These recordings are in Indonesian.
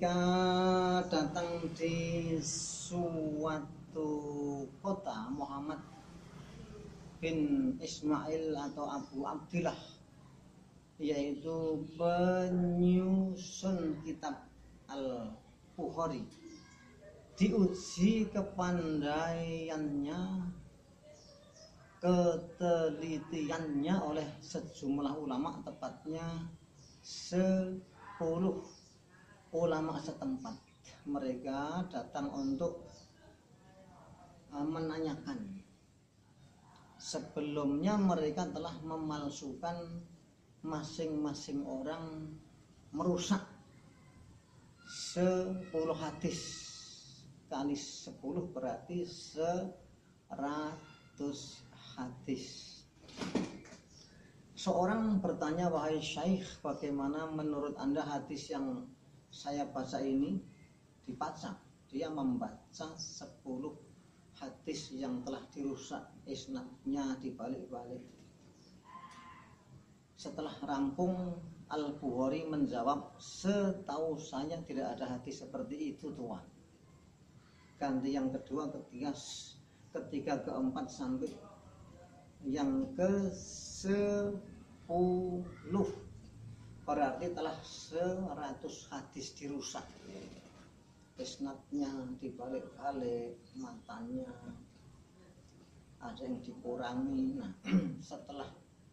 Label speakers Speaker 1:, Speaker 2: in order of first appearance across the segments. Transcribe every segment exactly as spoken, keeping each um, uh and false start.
Speaker 1: ketika datang di suatu kota Muhammad bin Ismail atau Abu Abdillah, yaitu penyusun kitab Al-Bukhari, diuji kepandaiannya, ketelitiannya oleh sejumlah ulama, tepatnya sepuluh ulama setempat. Mereka datang untuk menanyakan. Sebelumnya mereka telah memalsukan, masing-masing orang merusak sepuluh hadis. Kali sepuluh berarti seratus hadis. Seorang bertanya, wahai Syekh, bagaimana menurut Anda hadis yang saya baca ini dibaca? Dia membaca sepuluh hadis yang telah dirusak, isnadnya dibalik-balik. Setelah rampung, Al-Bukhari menjawab, setahu saya tidak ada hadis seperti itu, Tuan. Ganti yang kedua, ketiga, ketiga, keempat, sampai yang ke sepuluh, berarti telah seratus hadis dirusak, isnadnya dibalik-balik, matanya ada yang dikurangi. Nah, setelah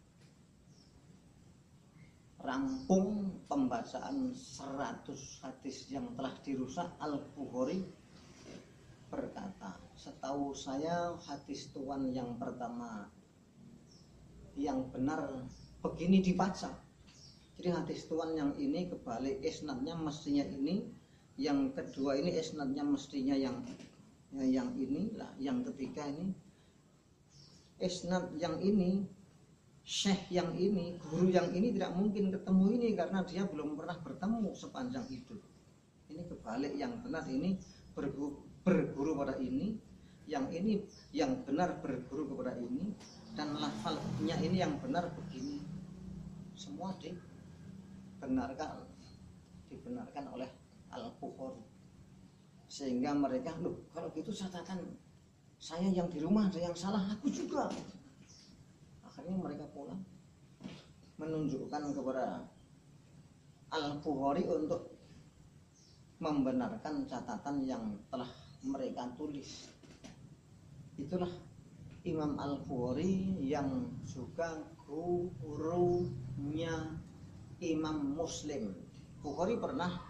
Speaker 1: rampung pembacaan seratus hadis yang telah dirusak, Al-Bukhari berkata, setahu saya hadis Tuan yang pertama yang benar begini dibaca. Jadi hadis Tuan yang ini kebalik, isnadnya mestinya ini. Yang kedua ini isnadnya mestinya yang yang ini lah. Yang ketiga ini isnad yang ini, syekh yang ini, guru yang ini tidak mungkin ketemu ini karena dia belum pernah bertemu sepanjang hidup. Ini kebalik, yang benar ini berguru, berguru pada ini, yang ini yang benar berguru kepada ini, dan lafalnya ini yang benar begini. Semua dibenarkan dibenarkan oleh Al-Bukhari. Sehingga mereka, loh kalau gitu catatan saya yang di rumah ada yang salah, aku juga. Akhirnya mereka pulang menunjukkan kepada Al-Bukhari untuk membenarkan catatan yang telah mereka tulis. Itulah Imam Al-Bukhari yang juga gurunya Imam Muslim. Bukhari pernah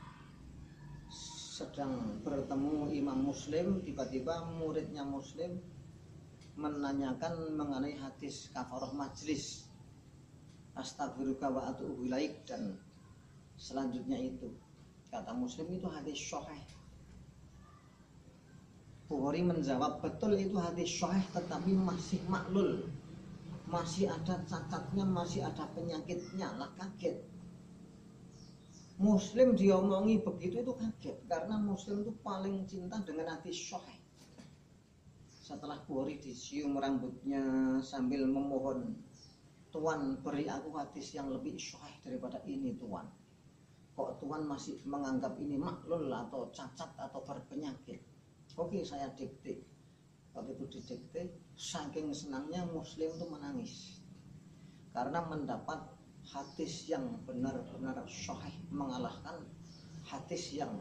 Speaker 1: sedang bertemu Imam Muslim, tiba-tiba muridnya Muslim menanyakan mengenai hadis kafarah majlis, astaghfiruka wa atubu ilaik, dan selanjutnya itu. Kata Muslim, itu hadis sahih. Bukhari menjawab, betul itu hadis sahih, tetapi masih maklul, masih ada cacatnya, masih ada penyakitnya. Lah kaget. Muslim diomongi begitu itu kaget, karena Muslim itu paling cinta dengan hadis sahih. Setelah Bukhari disium rambutnya sambil memohon, Tuan beri aku hadis yang lebih sahih daripada ini, Tuan. Kok Tuan masih menganggap ini maklul atau cacat atau berpenyakit? Oke, saya dikte. Waktu itu didikte, saking senangnya Muslim itu menangis karena mendapat hadis yang benar-benar sahih, mengalahkan hadis yang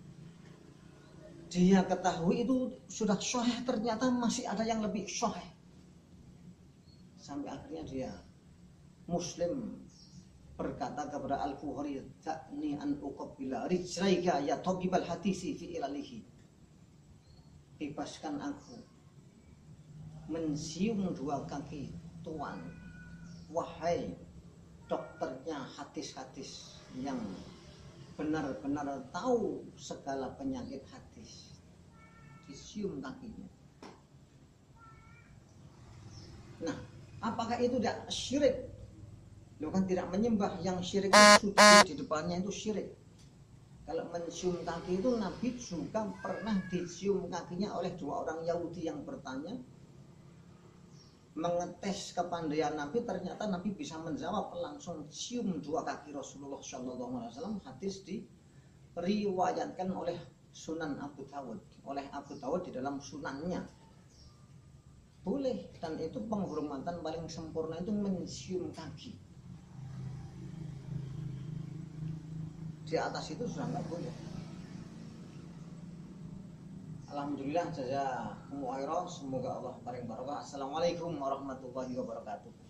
Speaker 1: dia ketahui itu sudah sahih, ternyata masih ada yang lebih sahih. Sampai akhirnya dia Muslim berkata kepada Al-Bukhari, "Ta'ni an uqabbila rijlaika ya tabibal hadisi fi ilalihi." Bebaskan aku mencium dua kaki Tuan, wahai dokternya hadis-hadis yang benar-benar tahu segala penyakit hadis. Disium kakinya. Nah, apakah itu tidak syirik? Lo kan tidak menyembah, yang syirik itu sujud di depannya itu syirik. Kalau mencium kaki itu, Nabi juga pernah dicium kakinya oleh dua orang Yahudi yang bertanya, mengetes kepandaian Nabi. Ternyata Nabi bisa menjawab langsung, cium dua kaki Rasulullah Shallallahu Alaihi Wasallam. Hadis di diriwayatkan oleh Sunan Abu Dawud, oleh Abu Dawud di dalam sunannya. Boleh, dan itu penghormatan paling sempurna itu mencium kaki. Di atas itu sudah nggak boleh. Alhamdulillah, jazakumullah khairan. Semoga Allah paling barokah. Assalamualaikum warahmatullahi wabarakatuh.